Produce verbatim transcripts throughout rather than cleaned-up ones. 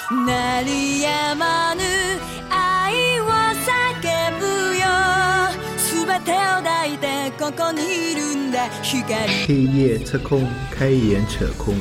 鳴り止まぬ愛を叫ぶよ全てを抱いてここにいるんだ光黑夜测空，开眼扯空。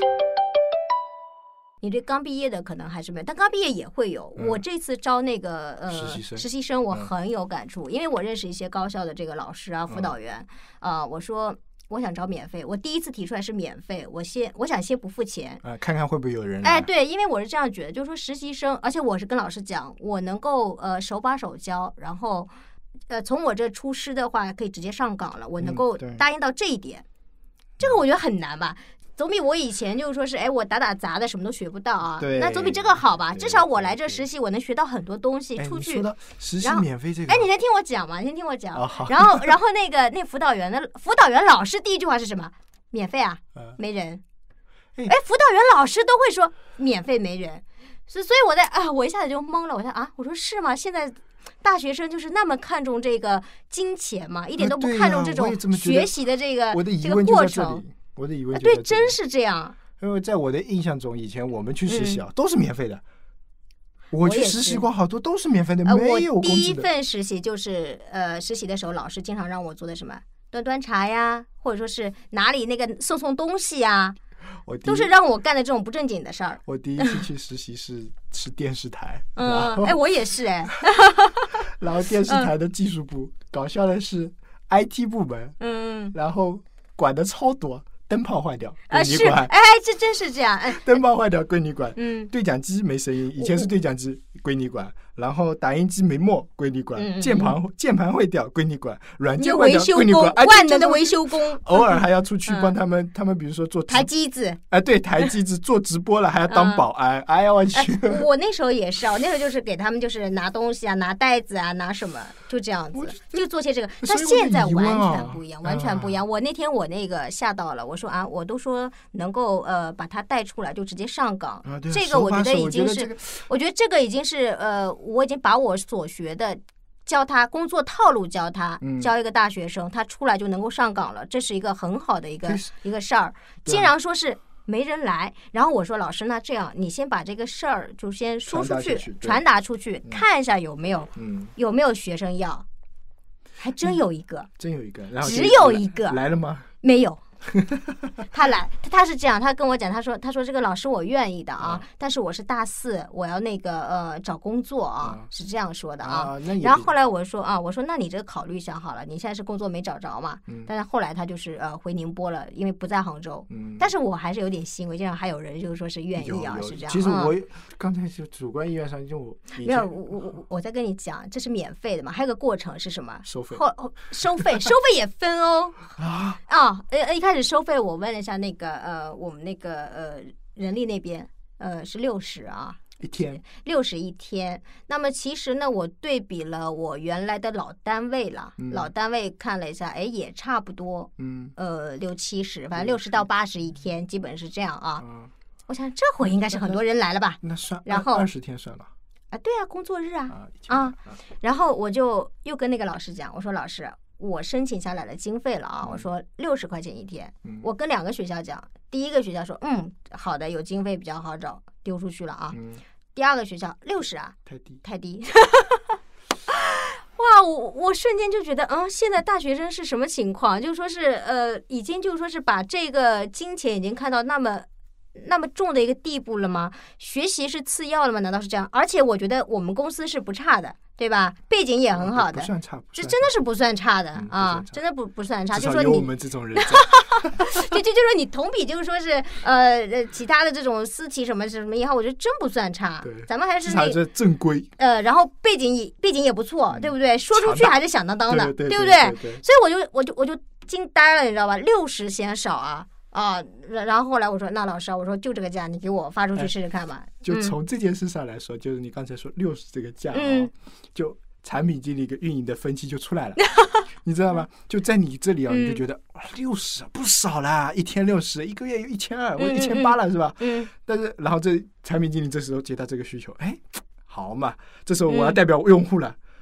你这刚毕业的可能还是没有，但刚毕业也会有。嗯、我这次招那个呃实习生， 实习生我很有感触，嗯、因为我认识一些高校的这个老师啊、辅导员啊、嗯呃，我说我想招免费，我第一次提出来是免费，我先我想先不付钱， 呃，看看会不会有人来。 哎，对，因为我是这样觉得，就是说实习生，而且我是跟老师讲，我能够呃手把手教，然后呃从我这出师的话可以直接上岗了，我能够答应到这一点，嗯、这个我觉得很难吧。总比我以前就是说是哎我打打杂的什么都学不到啊，那总比这个好吧？至少我来这实习，我能学到很多东西。出去， 说到实习免费这个， 哎，你先听我讲嘛，你先听我讲。 哦、 然后，然后那个那辅导员的辅导员老师第一句话是什么？免费啊， 呃、 没人。哎，辅导员老师都会说免费没人，所以所以我在啊，我一下子就懵了。我在啊，我说是吗？现在大学生就是那么看重这个金钱嘛，一点都不看重这种学习的这个、 啊、 这个过程。 我的疑问就对，真是这样。 因为在我的印象中，以前我们去实习啊，嗯、都是免费的。我去实习过好多都是免费的， 呃、 没有工资的。 我第一份实习就是呃，实习的时候老师经常让我做的什么端端茶呀，或者说是哪里那个送送东西呀，都是让我干的这种不正经的事儿。 我第一次去实习是是电视台， 嗯，哎，我也是哎。 然后电视台的技术部，嗯、搞笑的是 I T 部门， 嗯， 然后管的超多。灯泡坏掉，归你管。哎，这真是这样。哎， 灯泡坏掉归你管。 嗯， 对讲机没声音，以前是对讲机，归你管。然后打印机没墨，归你管。 嗯、 键盘键盘坏掉，归你管。软件坏掉，归你管。 万能的维修工， 偶尔还要出去帮他们，嗯、他们比如说做抬机子。 哎，对，抬机子做直播了，还要当保安。嗯、哎呀，我去！ 哎、我那时候也是啊，我那时候就是给他们就是拿东西啊，拿袋子啊，拿什么，就这样子，就做些这个。但现在完全不一样，完全不一样。我那天我那个吓到了，我说啊，我都说。能够呃把它带出来就直接上岗， 啊、 这个我觉得已经是， 我觉得、这个、 我觉得这个已经是呃，我已经把我所学的教他工作套路教他， 嗯、 教一个大学生，他出来就能够上岗了，这是一个很好的一个一个事儿。竟然说是没人来，然后我说老师，那这样你先把这个事儿就先说出去，传达出去， 嗯、 看一下有没有、 嗯、 有没有学生要，还真有一个， 嗯、真有一个，然后只有一个来了吗？ 没有。他来，他是这样，他跟我讲，他说，他说这个老师我愿意的啊，啊但是我是大四，我要那个呃找工作啊，啊是这样说的啊。 啊然后后来我说啊，我说那你这个考虑一下好了，你现在是工作没找着嘛， 嗯、 但是后来他就是呃回宁波了，因为不在杭州。 嗯、 但是我还是有点欣慰，这样还有人就是说是愿意啊，是这样。 其实我、 嗯、 刚才就主观意愿上就没有，我我我在跟你讲，这是免费的嘛，还有个过程是什么？ 收费。 后收费，收费也分哦。 啊啊，呃一开始收费我问。问了一下那个呃，我们那个呃人力那边呃是六十啊， 一天六十一天。那么其实呢，我对比了我原来的老单位了， 嗯、 老单位看了一下，哎，也差不多， 嗯， 呃六七十，反正六十到八十一天，基本是这样啊。 嗯、 我想这回应该是很多人来了吧？ 那算， 然后二十天算了啊，对啊，工作日啊啊啊。然后我就又跟那个老师讲，我说老师。我申请下来了经费了啊！ 嗯、 我说六十块钱一天， 嗯、 我跟两个学校讲，第一个学校说嗯好的，有经费比较好找，丢出去了啊。 嗯、 第二个学校六十啊， 太低太低。哇，我我瞬间就觉得，嗯，现在大学生是什么情况？就说是呃，已经就说是把这个金钱已经看到那么那么重的一个地步了吗？学习是次要的吗？难道是这样？而且我觉得我们公司是不差的。对吧？背景也很好的， 不算差， 这真的是不算差的、 嗯、 啊，真的不不算差。 至少有我们这种人就就就说你同比，就是说是呃呃其他的这种私企什么什么也好，我觉得真不算差。咱们还是那正规。 呃，然后背景也背景也不错，嗯、对不对？说出去还是响当当的， 对, 对, 对, 对不对, 对, 对？ 所以我就我就我就惊呆了，你知道吧？六十嫌少啊。啊，然后后来我说，那老师啊，我说就这个价，你给我发出去试试看吧。 哎、就从这件事上来说，嗯、就是你刚才说六十这个价啊、 嗯， 就产品经理跟运营的分歧就出来了，你知道吗？就在你这里啊， 嗯、 你就觉得六十不少啦，一天六十，一个月有一千二，我一千八了是吧？ 嗯。 但是然后这产品经理这时候接到这个需求，哎，好嘛，这时候我要代表用户了。 嗯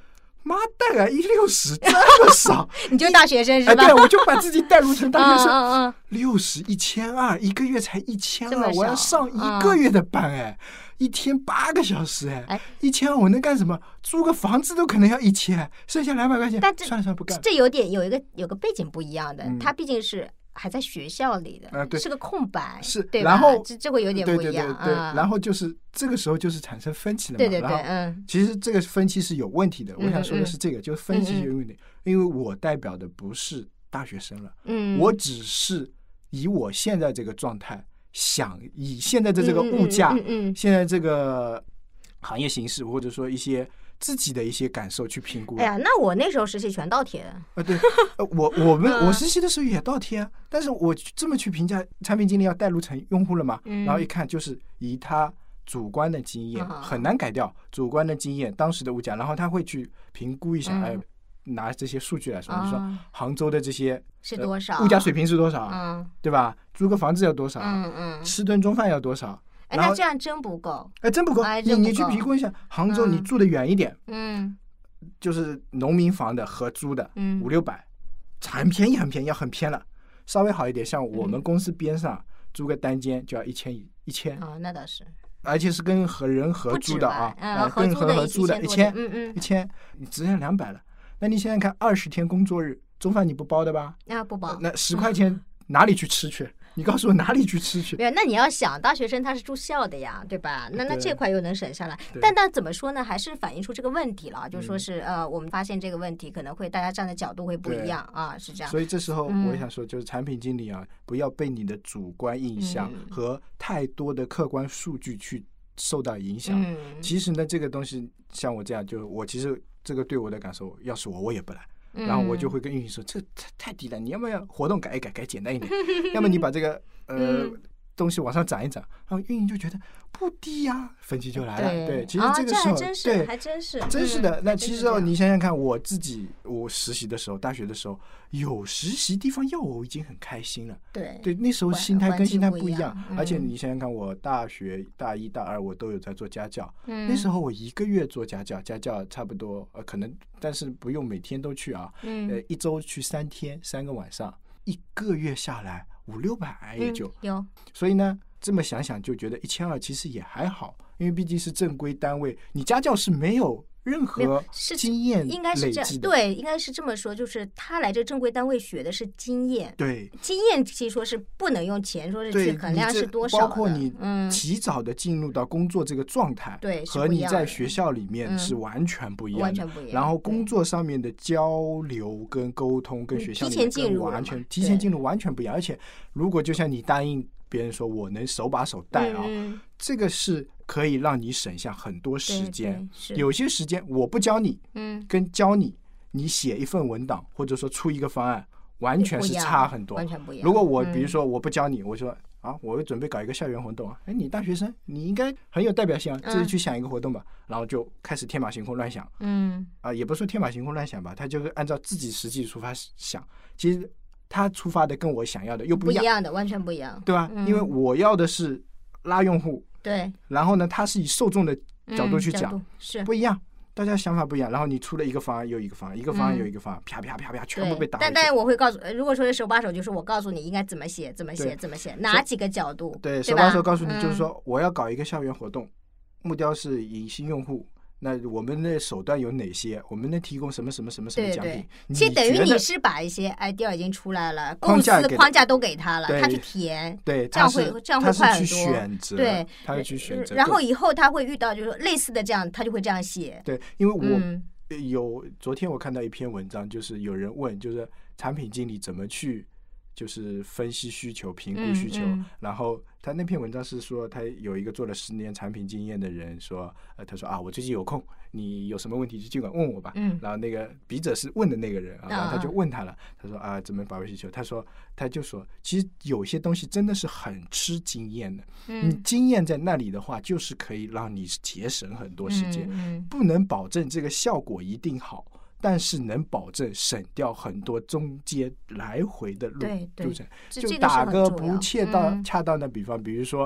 妈带来一六十这么少， 你就大学生是吧？ 哎，对，我就把自己带入成大学生。 嗯嗯六十一千二，一个月才一千二，我要上一嗯个月的班哎，一天八个小时哎，一千二我能干什么？租个房子都可能要一千，剩下两百块钱， 但这算了算了不干。 这有点有一个有个背景不一样的， 嗯、 他毕竟是。还在学校里的， 呃、对是个空白， 是， 对吧？ 然后这这会有点不一样， 对对对对、 嗯， 然后就是这个时候就是产生分歧了嘛， 对对对，嗯， 其实这个分歧是有问题的。 嗯、 我想说的是这个， 嗯、 就是分歧有问题、嗯，因为我代表的不是大学生了， 嗯， 我只是以我现在这个状态，想以现在的这个物价， 嗯 嗯, 嗯, 嗯现在这个行业形势，或者说一些。自己的一些感受去评估。 哎呀，那我那时候实习全倒贴啊，对，呃，我我们我实习的时候也倒贴啊，但是我这么去评价产品经理要带入成用户了嘛、嗯，然后一看就是以他主观的经验、嗯、很难改掉主观的经验，当时的物价，然后他会去评估一下，嗯、哎，拿这些数据来说，你、嗯、说杭州的这些是多少、 呃、物价水平是多少， 嗯， 对吧？租个房子要多少？ 嗯嗯， 吃顿中饭要多少？ 哎，那这样真不够。 哎，真不够。 哎、 你你去评估一下，杭州你住的远一点， 嗯， 就是农民房的和租的， 嗯， 五六百，很便宜，很便宜，要很偏了。稍微好一点，像我们公司边上、嗯、租个单间就要一千一千。 哦，那倒是。 而且是跟和人合租的啊， 嗯、 跟和合租的， 一千， 嗯嗯， 一千，你只剩两百了。那你想想看，二十天工作日，中饭你不包的吧？ 啊，不包。 那十块钱哪里去吃去？嗯，你告诉我哪里去吃去？ 没有，那你要想，大学生他是住校的呀，对吧？那那这块又能省下来。但但怎么说呢？还是反映出这个问题了，就说是、嗯、呃，我们发现这个问题可能会大家站的角度会不一样啊，是这样。 所以这时候我也想说，就是产品经理啊，嗯、不要被你的主观印象和太多的客观数据去受到影响。 嗯、 其实呢，这个东西像我这样，就我其实这个对我的感受，要是我我也不来。然后我就会跟运营说，这太太低了，你要不要活动改一改，改简单一点？要么你把这个呃、嗯、东西往上涨一涨。然后运营就觉得不低呀、啊，分歧就来了。对，对其实这个时候、 啊、这对还真是真是的。 嗯、 那其实哦，你想想看，我自己我实习的时候，大学的时候有实习地方要我，我已经很开心了。 对对，那时候心态跟心态不一样。 嗯、 而且你想想看，我大学大一大二我都有在做家教， 嗯、 那时候我一个月做家教，家教差不多呃可能，但是不用每天都去啊， 嗯、 呃一周去三天，三个晚上，一个月下来五六百也就、 嗯、有。 所以呢，这么想想就觉得一千二其实也还好，因为毕竟是正规单位，你家教是没有任何经验累积的， 应该是这样，对，应该是这么说，就是他来这正规单位学的是经验， 对， 经验其实说是不能用钱说是去衡量是多少的， 包括你提早的进入到工作这个状态， 对、嗯， 和你在学校里面是完全不一样的， 完全不一样。 然后工作上面的交流跟沟通跟学校里面跟完全提前进入完全不一样，而且如果就像你答应别人说我能手把手带啊、 嗯， 这个是可以让你省下很多时间。有些时间我不教你， 嗯， 跟教你，你写一份文档或者说出一个方案，完全是差很多， 完全不一样。 如果我比如说我不教你，我说啊，我准备搞一个校园活动啊，哎，你大学生，你应该很有代表性啊，自己去想一个活动吧，嗯、然后就开始天马行空乱想， 嗯， 啊，也不是说天马行空乱想吧，他就是按照自己实际出发想，其实。他出发的跟我想要的又不一样， 不一样的，完全不一样， 对吧？ 嗯、 因为我要的是拉用户， 对， 然后呢，他是以受众的角度去讲， 嗯、是不一样，大家想法不一样。然后你出了一个方案又一个方案，一个方案又一个方案， 嗯、 啪啪啪啪，全部被打回去。 但但我会告诉，如果说是手把手，就是我告诉你应该怎么写，怎么写，怎么写，哪几个角度， 对， 对手把手告诉你，就是说、嗯、我要搞一个校园活动，目标是引新用户。那我们的手段有哪些？我们能提供什么什么什么什么奖品？ 其实等于你是把一些 idea 已经出来了，构思框架都给他了，他去填， 对， 这样会这样会快很多。 他是去选择， 对， 他是去选择。 然后以后他会遇到就是类似的这样，他就会这样写。 对，因为我嗯、 有昨天我看到一篇文章，就是有人问，就是产品经理怎么去。就是分析需求、评估需求、 嗯嗯， 然后他那篇文章是说，他有一个做了十年产品经验的人说，呃，他说啊，我最近有空，你有什么问题就尽管问我吧。 嗯， 然后那个笔者是问的那个人啊，然后他就问他了，他说啊，怎么把握需求？他说，他就说，其实有些东西真的是很吃经验的。 嗯， 你经验在那里的话，就是可以让你节省很多时间， 嗯嗯、 不能保证这个效果一定好。但是能保证省掉很多中间来回的路路程，就打个不切到恰当的比方，比如说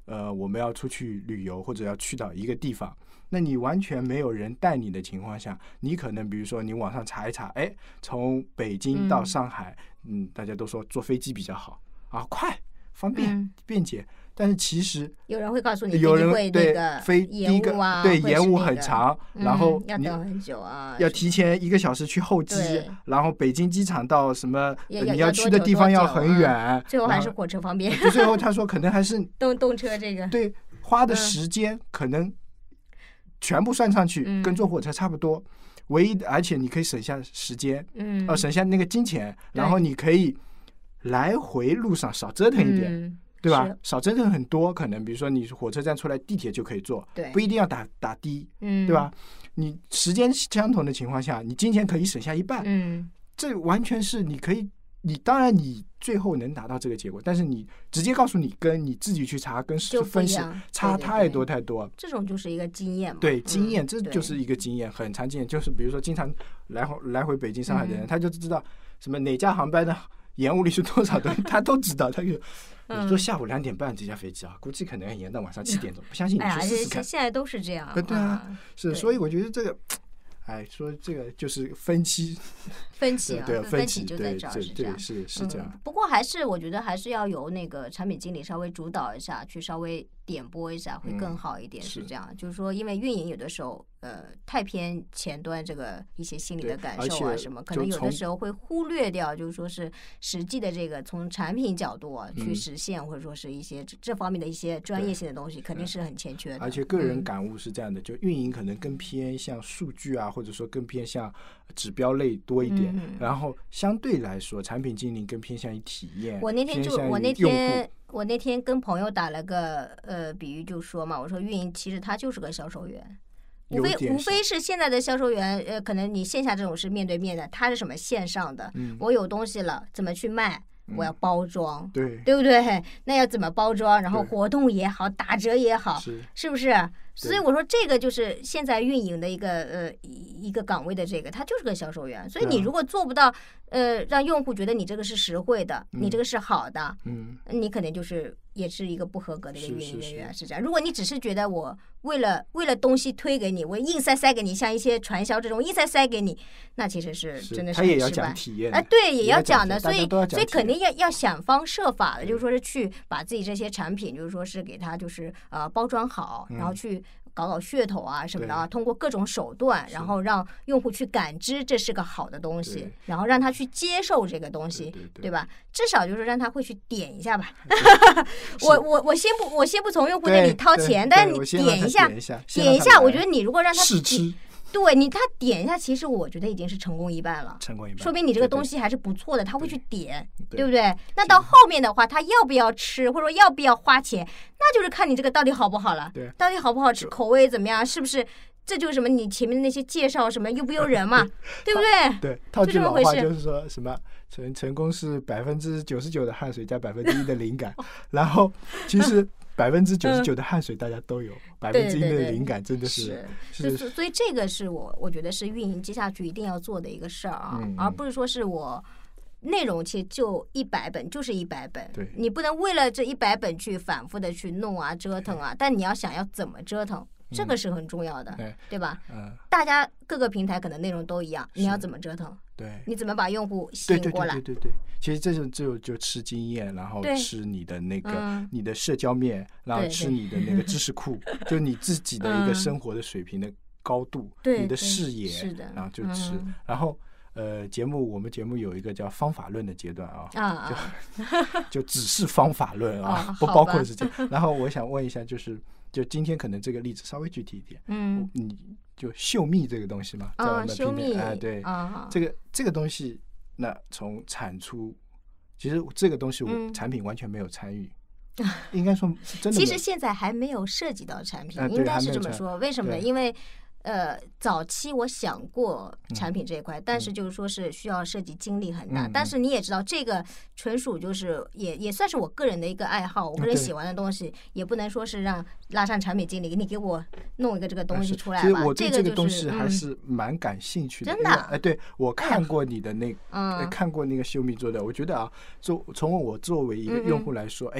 呃，我们要出去旅游或者要去到一个地方，那你完全没有人带你的情况下，你可能比如说你网上查一查，哎，从北京到上海，嗯，嗯大家都说坐飞机比较好啊，快、方便、嗯、便捷。但是其实有人会告诉你， 有人会对飞延误啊， 对延误很那个长， 嗯、 然后要等很久啊， 要提前一个小时去候机，然后北京机场到什么、呃、你要去的地方要很远， 啊、最后还是火车方便。 最后他说可能还是动动车这个对花的时间可能全部算上去、嗯、跟坐火车差不多，唯一的而且你可以省下时间，嗯，呃省下那个金钱，然后你可以来回路上少折腾一点。嗯对吧？少折腾很多，可能比如说你火车站出来，地铁就可以坐，不一定要打打的，嗯，对吧？你时间相同的情况下，你金钱可以省下一半，嗯，这完全是你可以，你当然你最后能达到这个结果，但是你直接告诉你跟你自己去查跟分析差太多太多， 这种就是一个经验嘛， 对，经验、嗯、这就是一个经验，很常见，就是比如说经常来回来回北京、上海的人，嗯、他就知道什么哪架航班的延误率是多少的，他都知道，他就。你说下午两点半这架飞机啊，估计可能要延到晚上七点钟，不相信你去试试看。 哎呀，现在都是这样。 对啊，是，所以我觉得这个，哎，说这个就是分期， 分期啊， 对， 分期就在这儿， 是这样，是是这样、 嗯。不过还是我觉得还是要由那个产品经理稍微主导一下，去稍微点拨一下会更好一点，嗯、是这样。是就是说，因为运营有的时候呃太偏前端这个一些心理的感受啊什么，可能有的时候会忽略掉，就是说是实际的这个从产品角度啊去实现、嗯，或者说是一些这方面的一些专业性的东西，肯定是很欠缺的。 而且个人感悟是这样的，嗯、就运营可能更偏向数据啊，或者说更偏向指标类多一点，嗯、然后相对来说，产品经理更偏向于体验。 我那天就我那天。我那天跟朋友打了个呃比喻，就说嘛，我说运营其实他就是个销售员，无非无非是现在的销售员，呃，可能你线下这种是面对面的，他是什么线上的，嗯、我有东西了怎么去卖？我要包装， 嗯、对对不对？那要怎么包装？然后活动也好，打折也好， 是是不是？所以我说这个就是现在运营的一个呃一个岗位的这个，他就是个销售员。所以你如果做不到呃让用户觉得你这个是实惠的，嗯、你这个是好的，嗯，你可能就是也是一个不合格的一个运营人员， 是, 是, 是, 是这样。如果你只是觉得我为了为了东西推给你，我硬塞塞给你，像一些传销这种硬塞塞给你，那其实是真的是他也要讲体验， 哎、呃，对，也要讲的，所以所以肯定要要想方设法的，就是说是去把自己这些产品，就是说是给它就是呃包装好，然后去搞搞噱头啊什么的啊，通过各种手段，然后让用户去感知这是个好的东西，然后让他去接受这个东西， 对, 对, 对, 对吧？至少就是让他会去点一下吧。我我我先不我先不从用户那里掏钱，但是你点一下，点一下，我觉得你如果让他试吃。 对你，他点一下，其实我觉得已经是成功一半了。 成功一半， 说明你这个东西还是不错的，他会去点， 对, 对不对？那对到后面的话，他要不要吃，或者说要不要花钱，那就是看你这个到底好不好了。 对， 到底好不好吃，口味怎么样，是不是？这就是什么？你前面的那些介绍什么诱不诱人嘛，对不对？ 对，套句老话就是说什么成成功是百分之九十九的汗水加百分之一的灵感，然后其实。百分之九十九的汗水大家都有，百分之一的灵感真的是， 是是，所以这个是我我觉得是运营接下去一定要做的一个事儿啊，嗯、而不是说是我内容其实就一百本就是一百本， 对， 你不能为了这一百本去反复的去弄啊折腾啊，但你要想要怎么折腾。这个是很重要的， 嗯、 对吧？ 嗯， 大家各个平台可能内容都一样，你要怎么折腾？ 对， 你怎么把用户吸引过来？ 对对对对对对，其实这就就就吃经验，然后吃你的那个、嗯、你的社交面，然后吃你的那个知识库，就你自己的一个生活的水平的高度， 嗯、 你的视野， 是的， 然后就吃，嗯、然后。呃，节目我们节目有一个叫方法论的阶段啊， 啊就就只是方法论啊， 啊不包括是这样。然后我想问一下，就是就今天可能这个例子稍微具体一点， 嗯， 你就秀蜜这个东西嘛，在我们的平台，哎，对， 啊， 这个这个东西，那从产出，其实这个东西我产品完全没有参与。嗯、应该说真的， 其实现在还没有涉及到产品， 呃、 应该是这么说。为什么呢？因为呃，早期我想过产品这一块，嗯、但是就是说是需要涉及精力很大。嗯、但是你也知道，这个纯属就是也也算是我个人的一个爱好，我个人喜欢的东西，也不能说是让拉上产品经理，你给我弄一个这个东西出来吧。 其实我对这个东西还是蛮感兴趣的。 真的？ 哎，对我看过你的那， 嗯， 看过那个秀蜜做的，我觉得啊，做从我作为一个用户来说，哎。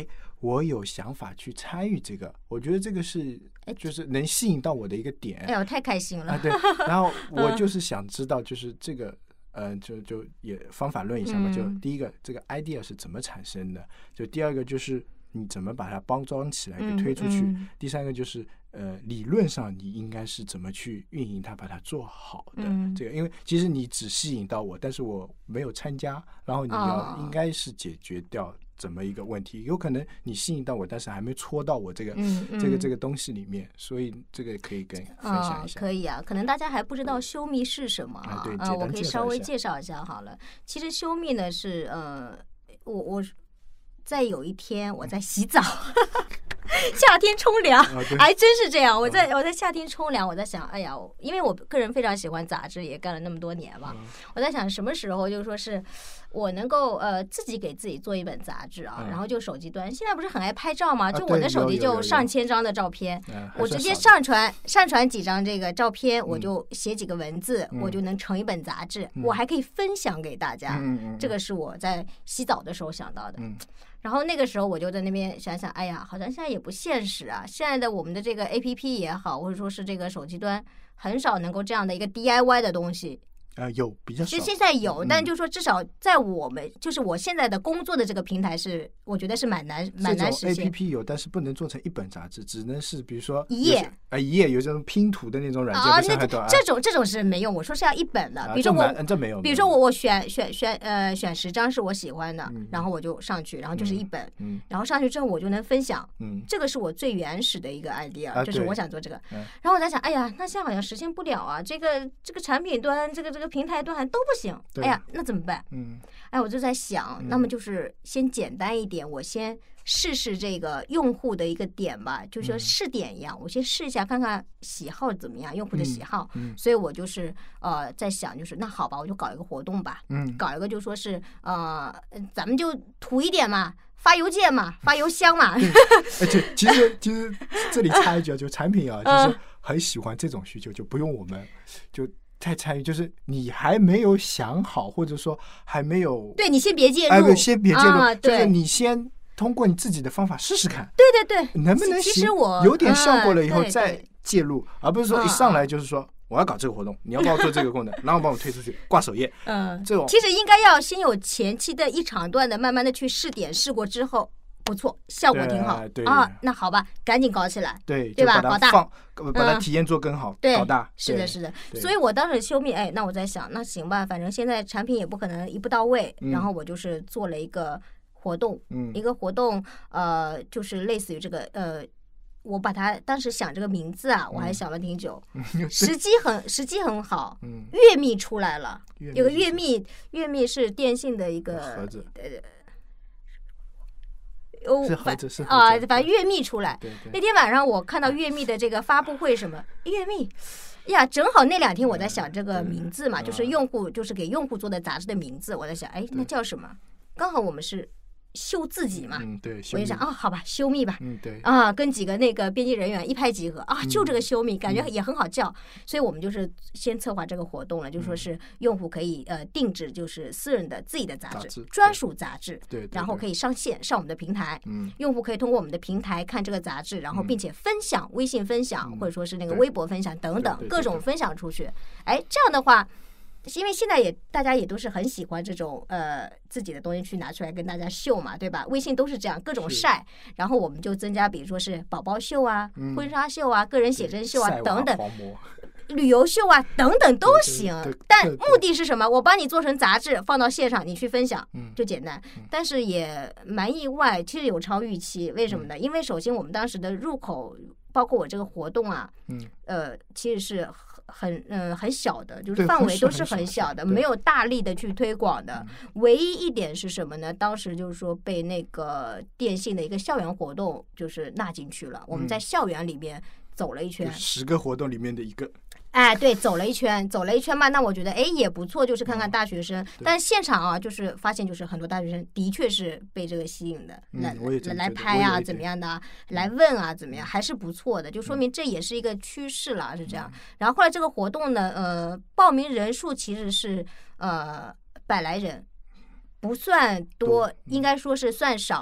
我有想法去参与这个，我觉得这个是就是能吸引到我的一个点。 哎，我太开心了。 啊，对，然后我就是想知道，就是这个。呃，就就也方法论一下嘛。 嗯、 就第一个，这个 idea 是怎么产生的？就第二个就是你怎么把它包装起来给推出去？ 嗯嗯、 第三个就是呃，理论上你应该是怎么去运营它，把它做好的。 嗯、 这个，因为其实你只吸引到我，但是我没有参加，然后你要、哦、应该是解决掉怎么一个问题？有可能你吸引到我，但是还没戳到我这个、 嗯嗯、 这个这个东西里面，所以这个可以跟分享一下。 哦、可以啊，可能大家还不知道修密是什么啊？对， 呃，我可以稍微介绍一下好了。其实修密呢是呃，我我在有一天我在洗澡。夏天冲凉、啊、还真是这样。我在我在夏天冲凉，我在想，哎呀，因为我个人非常喜欢杂志，也干了那么多年嘛，嗯、我在想什么时候就是说是我能够呃自己给自己做一本杂志啊，嗯、然后就手机端，现在不是很爱拍照吗？就我的手机就上千张的照片， 啊、 我直接上传上传几张这个照片，我就写几个文字，嗯、我就能成一本杂志，嗯、我还可以分享给大家。 嗯、 这个是我在洗澡的时候想到的。 嗯然后那个时候我就在那边想想，哎呀，好像现在也不现实啊！现在的我们的这个 A P P 也好，或者说是这个手机端，很少能够这样的一个 D I Y 的东西。 呃，有比较少， 其实现在有， 嗯、 但就是说至少在我们就是我现在的工作的这个平台是，我觉得是蛮难蛮难实现。 A P P 有，但是不能做成一本杂志，只能是比如说一页啊、呃、一页有这种拼图的那种软件。 啊，那这种这种是没用。我说是要一本的， 啊、 比如说我、 这, 这没有， 比如说我我选选选呃选十张是我喜欢的， 嗯、 然后我就上去，然后就是一本， 嗯、 然后上去之后我就能分享， 嗯， 这个是我最原始的一个 idea，、 啊、 就是我想做这个。 嗯、 然后我在想，哎呀，那现在好像实现不了啊，这个这个产品端，这个这个平台端还都不行。哎呀，那怎么办？ 嗯， 哎，我就在想，那么就是先简单一点，我先试试这个用户的一个点吧，就像试点一样，我先试一下看看喜好怎么样，用户的喜好。 嗯， 所以我就是呃在想，就是那好吧，我就搞一个活动吧， 嗯， 搞一个就说是呃，咱们就土一点嘛。发邮件嘛，发邮箱嘛。 而且其实其实这里插一句啊，就产品啊，就是很喜欢这种需求，就不用我们就。太参与，就是你还没有想好，或者说还没有， 对你先别介入， 哎，对，先别介入， 啊、 就是你先通过你自己的方法试试看， 对对对， 能不能行？ 其实我有点效果了以后再嗯、 介入，而不是说一上来就是说我要搞这个活动，你要帮我做这个功能，然后帮我推出去挂首页， 嗯， 这种其实应该要先有前期的一长段的，慢慢的去试点，试过之后。不错，效果挺好啊。那好吧，赶紧搞起来， 对对吧？搞大， 把它体验做更好， 嗯、对， 搞大。 是的，是的。所以我当时修密，哎，那我在想，那行吧，反正现在产品也不可能一步到位， 嗯、 然后我就是做了一个活动， 嗯， 一个活动，呃，就是类似于这个，呃，我把它当时想这个名字啊，我还想了挺久， 嗯、 时机很时机很好， 嗯， 月密出来了， 有个月密，月密是电信的一个盒子， 呃。 是盒子是啊，把月密出来。 对对， 那天晚上我看到月密的这个发布会，什么月密呀，正好那两天我在想这个名字嘛，就是用户就是给用户做的杂志的名字，我在想，哎，那叫什么？刚好我们是修自己嘛， 嗯，对， 我就想啊、哦，好吧，修密吧， 嗯，对， 啊，跟几个那个编辑人员一拍即合啊，就这个修密， 嗯、 感觉也很好叫，嗯、所以我们就是先策划这个活动了，就说是用户可以呃定制，就是私人的自己的杂志， 杂志专属杂志， 对，对对， 然后可以上线上我们的平台， 嗯， 用户可以通过我们的平台看这个杂志，然后并且分享、嗯、微信分享、 嗯、 或者说是那个微博分享等等对对对对各种分享出去，哎，这样的话。因为现在也大家也都是很喜欢这种呃自己的东西去拿出来跟大家秀嘛，对吧？微信都是这样各种晒，然后我们就增加，比如说是宝宝秀啊、 嗯、 婚纱秀啊、个人写真秀啊等等， 魔旅游秀啊等等都行。 对对对对， 但目的是什么？我帮你做成杂志放到线上，你去分享， 嗯、 就简单。 嗯、 但是也蛮意外，其实有超预期。为什么呢？ 嗯、 因为首先我们当时的入口，包括我这个活动啊， 嗯， 呃，其实是。很嗯、呃、很小的，就是范围都是很小的，没有大力的去推广的。唯一一点是什么呢？当时就是说被那个电信的一个校园活动就是纳进去了。嗯、我们在校园里面走了一圈， 十个活动里面的一个。 哎，对，走了一圈，走了一圈嘛，那我觉得哎也不错，就是看看大学生。 嗯、 但现场啊，就是发现就是很多大学生的确是被这个吸引的， 嗯、 来来来拍啊，怎么样的，来问啊，怎么样，还是不错的，就说明这也是一个趋势了，是这样。 嗯、 然后后来这个活动呢，呃，报名人数其实是呃百来人。不算多， 嗯、 应该说是算少。 少，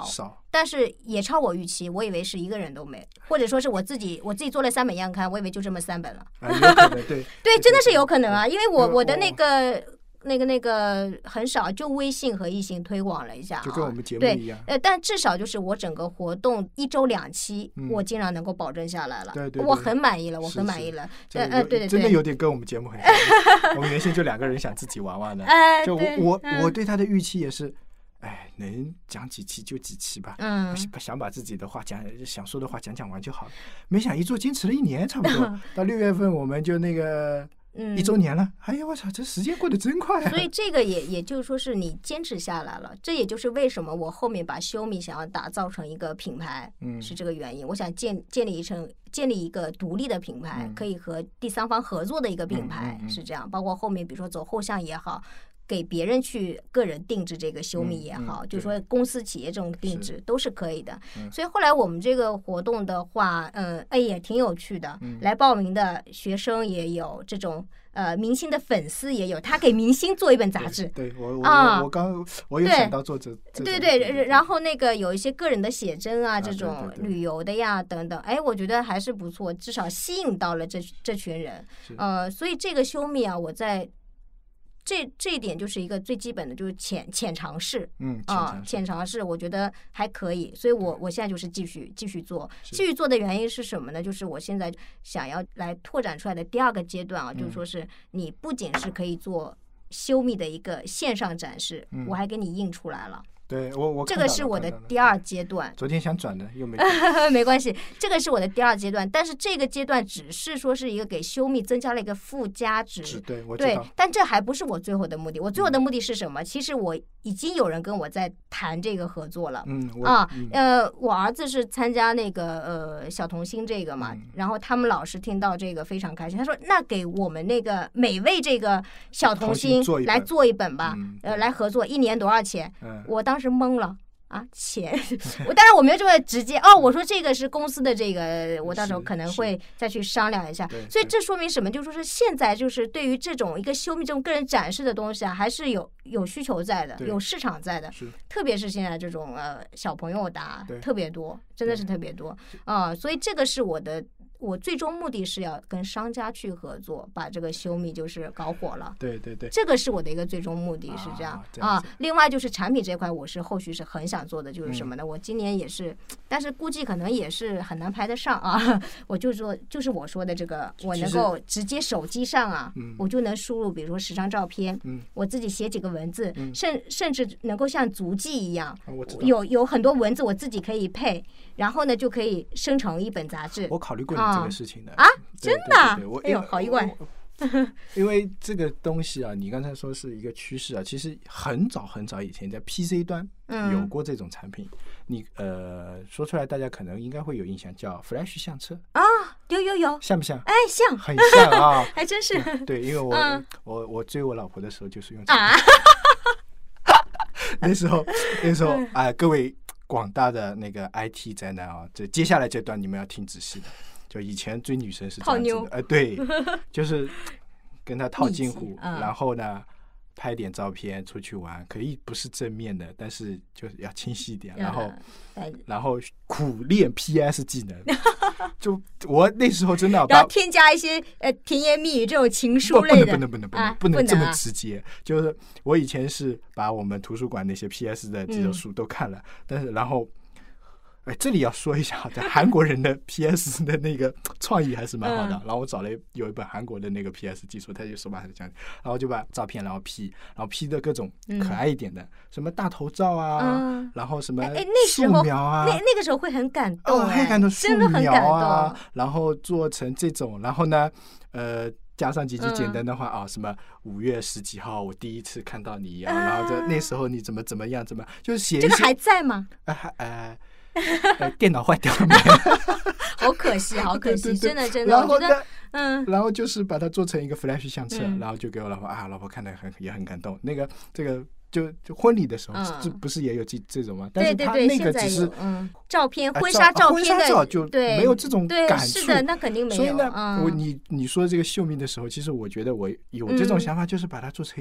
但是也超我预期，我以为是一个人都没，或者说是我自己我自己做了三本样刊，我以为就这么三本了。 啊，有可能对对，真的是有可能啊，因为我我的那个。那个那个很少，就微信和易信推广了一下、啊， 就跟我们节目一样。 对，呃，但至少就是我整个活动一周两期，嗯、我竟然能够保证下来了， 对 对, 对， 我很满意了，我很满意了。 呃呃，对对对， 真的有点跟我们节目很像。我们原先就两个人想自己玩玩的， 哎、 就我对我、 嗯、 我对他的预期也是。哎，能讲几期就几期吧。 嗯， 想把自己的话讲，想说的话讲讲完就好了。没想一做坚持了一年，差不多到六月份我们就那个一周年了。嗯、哎呀，我操，这时间过得真快啊！ 所以这个也也就是说是你坚持下来了，这也就是为什么我后面把修米想要打造成一个品牌，嗯，是这个原因。我想建建立一成建立一个独立的品牌，嗯、可以和第三方合作的一个品牌，嗯嗯嗯、是这样。包括后面比如说走后巷也好。给别人去个人定制这个修米也好， 嗯嗯、 就是说公司企业这种定制都是可以的。所以后来我们这个活动的话，嗯，哎也挺有趣的。 嗯、 来报名的学生也有，这种呃明星的粉丝也有，他给明星做一本杂志。 对, 对我我、啊、我刚我有想到做这。 对对对，然后那个有一些个人的写真啊，这种旅游的呀等等，哎，我觉得还是不错，至少吸引到了这这群人。呃，所以这个修米啊，我在。这这一点就是一个最基本的，就是浅浅尝试， 嗯啊，浅尝试，我觉得还可以，所以我我现在就是继续继续做，继续做的原因是什么呢？就是我现在想要来拓展出来的第二个阶段啊， 嗯、 就是说是你不仅是可以做修米的一个线上展示， 嗯、 我还给你印出来了。 对我我这个是我的第二阶段。 昨天想转的又没没关系，这个是我的第二阶段，但是这个阶段只是说是一个给修米增加了一个附加值。 对，我知道。 对，但这还不是我最后的目的。我最后的目的是什么？嗯、其实我已经有人跟我在谈这个合作了。 嗯啊嗯呃，我儿子是参加那个呃小童星这个嘛， 嗯、 然后他们老师听到这个非常开心，他说：“那给我们那个每位这个小童星来做一本吧， 嗯、 呃，来合作，一年多少钱？” 嗯、 我当时懵了。啊，钱，我当然我没有这么直接哦。我说这个是公司的这个，我到时候可能会再去商量一下。所以这说明什么？就是说现在就是对于这种一个修米这种个人展示的东西啊，还是有有需求在的，有市场在的。特别是现在这种呃小朋友的、啊、特别多，真的是特别多啊、呃。所以这个是我的。我最终目的是要跟商家去合作，把这个修米就是搞火了。 对对对， 这个是我的一个最终目的，是这样 啊, 这样啊。另外就是产品这块，我是后续是很想做的，就是什么呢？ 嗯、 我今年也是，但是估计可能也是很难排得上啊。我就说，就是我说的这个，我能够直接手机上啊，我就能输入，比如说十张照片， 嗯、 我自己写几个文字， 嗯、 甚甚至能够像足迹一样， 啊、 有有很多文字我自己可以配，然后呢就可以生成一本杂志。 我考虑过你这个事情的。 啊真的、啊？ 对对对我哎呦，好意外！ 因为这个东西啊，你刚才说是一个趋势啊，其实很早很早以前在 P C 端有过这种产品。嗯、你呃说出来，大家可能应该会有印象，叫 Flash 相册啊，有有有， 像不像？ 哎，像， 很像啊， 还真是。 对，因为我、 嗯、 我我追我老婆的时候就是用这个。啊、那时候那时候啊、呃，各位广大的那个 I T 宅男啊，这接下来这段你们要听仔细的。就以前追女生是这样子的，呃，对，就是跟她套近乎， 嗯、 然后呢拍点照片出去玩，可以不是正面的，但是就是要清晰一点，然后、 嗯、 然后苦练 P S 技能。就我那时候真的， 然后添加一些呃甜言蜜语这种情书类的， 不能不能不能不能、 啊、 不能这么直接。就是我以前是把我们图书馆那些 P S 的这种书都看了，嗯、但是然后。哎，这里要说一下，在韩国人的 P S 的那个创意还是蛮好的。嗯、然后我找了有一本韩国的那个 P S 技术，他就手把它讲，然后就把照片然后 P， 然后 P 的各种可爱一点的，嗯、什么大头照啊，嗯、然后什么素描啊， 那那个时候会很感动、 哦，很感动，素描啊， 然后做成这种，然后呢，呃。加上几句简单的话啊、嗯哦，什么五月十几号我第一次看到你啊，呃、然后这那时候你怎么怎么样，怎么就是写一些。 这个还在吗？ 呃呃。呃，电脑坏掉了没？ 好可惜，好可惜， 对对对真的真的。 然后呢， 嗯， 然后就是把它做成一个 Flash 相册， 嗯、 然后就给我老婆啊，老婆看得很也很感动。那个这个就就婚礼的时候， 嗯、 这不是也有这这种吗？但是他对对对， 那个只是嗯照片， 啊、 婚纱照片的， 婚纱照就没有这种感触。 是的，那肯定没有。 所以呢， 嗯、 我你你说这个秀米的时候，其实我觉得我有这种想法，就是把它做成一个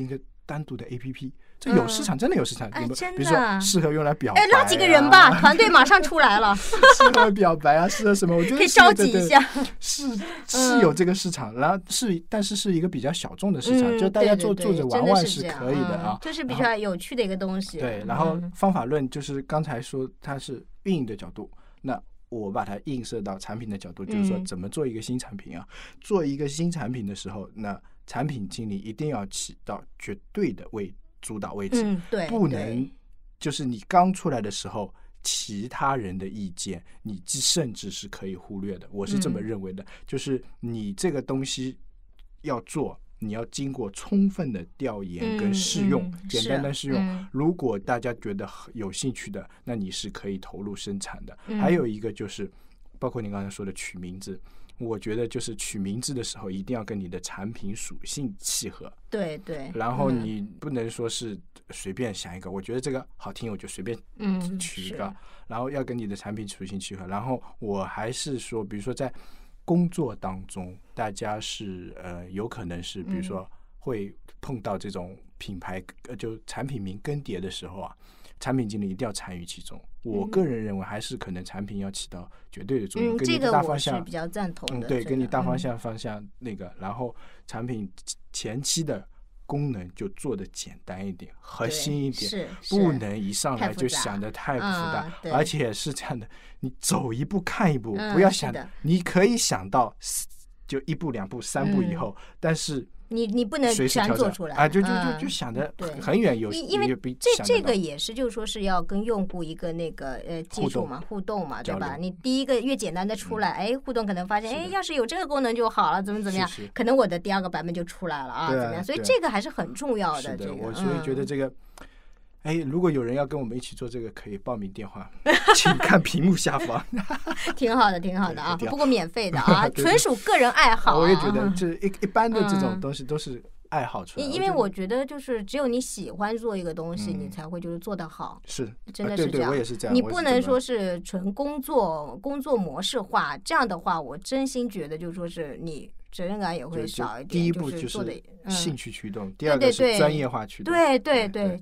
单独的 A P P， 这有市场，真的有市场。 哎，真的， 比如说适合用来表白、啊， 哎，拉几个人吧，团队马上出来了。 适合表白啊，适合什么？我觉得可以召集一下。 是是有这个市场，然后是，但是是一个比较小众的市场，就大家做做着玩玩是可以的啊， 就是比较有趣的一个东西。 对，然后方法论就是刚才说它是运营的角度，那我把它映射到产品的角度，就是说怎么做一个新产品啊？做一个新产品的时候，那产品经理一定要起到绝对的位主导位置， 嗯，对， 不能就是你刚出来的时候，其他人的意见你甚至是可以忽略的，我是这么认为的。嗯、就是你这个东西要做，你要经过充分的调研跟试用，嗯嗯、简单的试用、嗯。如果大家觉得有兴趣的，那你是可以投入生产的。嗯、还有一个就是，包括你刚才说的取名字。我觉得就是取名字的时候，一定要跟你的产品属性契合。 对对。 然后你不能说是随便想一个，嗯、我觉得这个好听，我就随便取一个。嗯、然后要跟你的产品属性契合。然后我还是说，比如说在工作当中，大家是呃有可能是，比如说会碰到这种品牌呃就产品名更迭的时候啊。产品经理一定要参与其中，我个人认为还是可能产品要起到绝对的作用， 嗯、 跟你的大方向、 这个我是比较赞同的。 嗯，对，跟你大方向方向那个，嗯、然后产品前期的功能就做得简单一点，核心一点，不能一上来就想得太复杂， 嗯、 而且是这样的，你走一步看一步，嗯、不要想，你可以想到就一步两步三步以后，嗯、但是。 你你不能全做出来啊！就就就就想的很远，有因为这这个也是就是说是要跟用户一个那个呃接触嘛，互动嘛，对吧？你第一个越简单的出来，哎，互动可能发现，哎，要是有这个功能就好了，怎么怎么样？可能我的第二个版本就出来了啊，怎么样？所以这个还是很重要的。 这个我所以觉得这个。哎，如果有人要跟我们一起做这个，可以报名电话，请看屏幕下方。 挺好的，挺好的啊，不过免费的啊，纯属个人爱好、啊。 我也觉得，就是一一般的这种东西都是爱好出来的。 因为我觉得，就是只有你喜欢做一个东西，嗯、你才会就是做得好。 是， 真的是这样。 啊、对对我也是这样。 你不能说是纯工作工作模式化，这样的话，我真心觉得就是说是你。责任感也会少一点。 第一步就是兴趣驱动，嗯、第二个是专业化驱动。 对对 对, 对。 对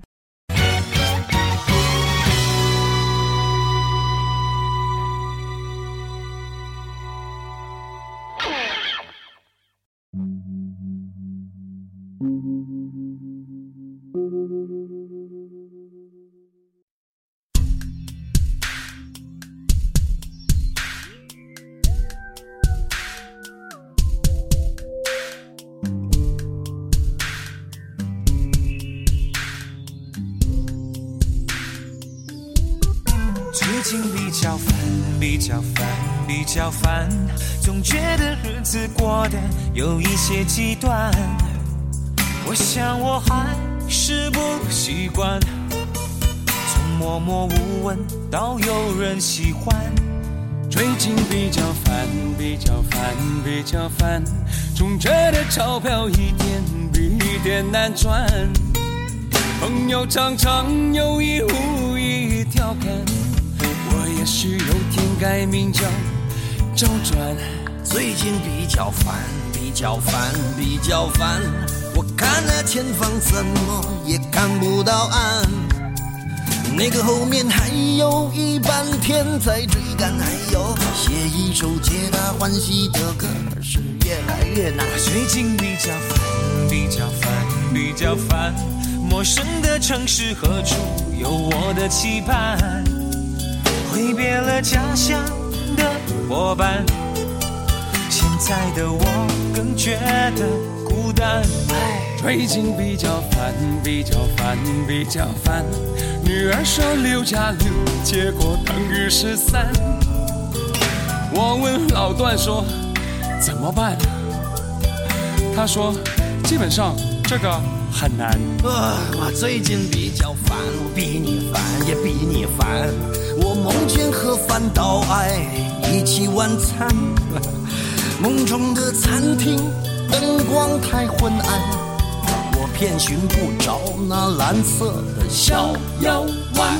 最近比较烦，比较烦，比较烦，总觉得日子过得有一些极端。我想我还是不习惯，从默默无闻到有人喜欢。最近比较烦，比较烦，比较烦，总觉得钞票一点比一点难赚。朋友常常有意无意调侃，我也许有天改名叫周转。 最近比较烦，比较烦，比较烦，我看了前方怎么也看不到岸，那个后面还有一半天在追赶，还有写一首皆大欢喜的歌是越来越难。 最近比较烦，比较烦，比较烦，陌生的城市何处有我的期盼，挥别了家乡的伙伴，现在的我更觉得孤单。最近比较烦，比较烦，比较烦，女儿说六加六结果等于十三，我问老段说怎么办，他说基本上这个很难。 啊，我最近比较烦，我比你烦也比你烦，我梦见和饭岛爱一起晚餐，梦中的餐厅灯光太昏暗，我偏寻不着那蓝色的小腰丸。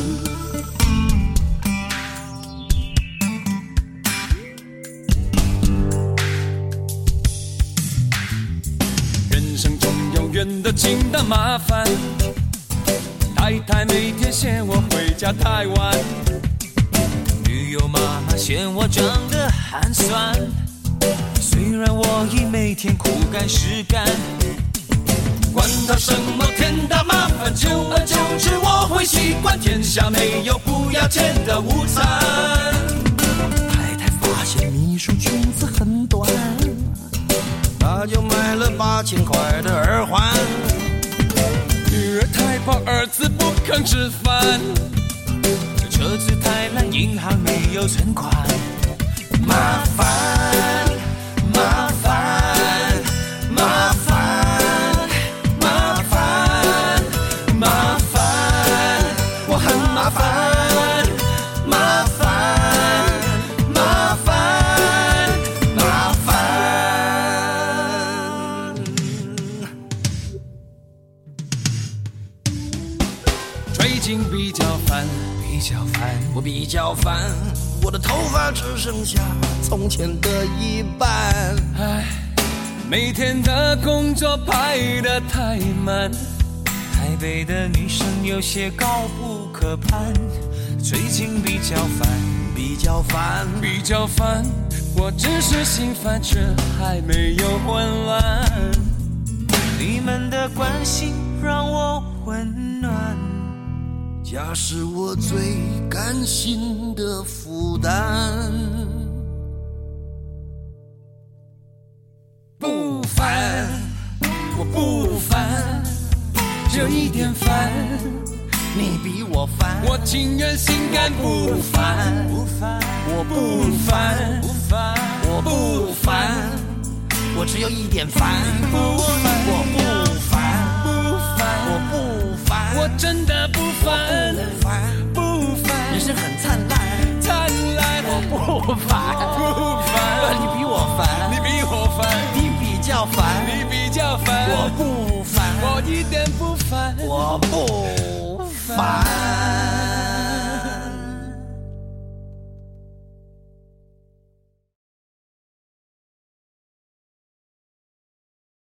远都经到麻烦。太太每天嫌我回家太晚，女友妈妈嫌我长得寒酸。虽然我已每天苦干实干，管他什么天大麻烦，久而久之我会习惯，天下没有不要钱的午餐。 太太发现秘书裙子很短，她就买了八千块的耳环。 女儿太胖，儿子不肯吃饭，车子太烂，银行没有存款。麻烦麻烦麻烦麻烦麻烦，我很麻烦麻烦麻烦麻烦。最近比较烦比较烦， 我比较烦，我的头发只剩下从前的一半。 唉，每天的工作排得太满，台北的女生有些高不可攀。最近比较烦比较烦比较烦，我只是心烦却还没有混乱。你们的关心让我温暖， 家是我最甘心的负担。 不烦，我不烦，就一点烦。 你比我烦， 我情愿心甘不烦。 不烦， 我不烦，不烦， 我不烦，我只有一点烦。 不烦， 我不烦， 不烦， 我不烦， 我真的不烦， 不烦， 不烦。 人生很灿烂， 灿烂。 我不烦， 不烦， 你比我烦， 你比我烦， 你比较烦， 你比较烦。 我不烦， 我一点不烦， 我不烦。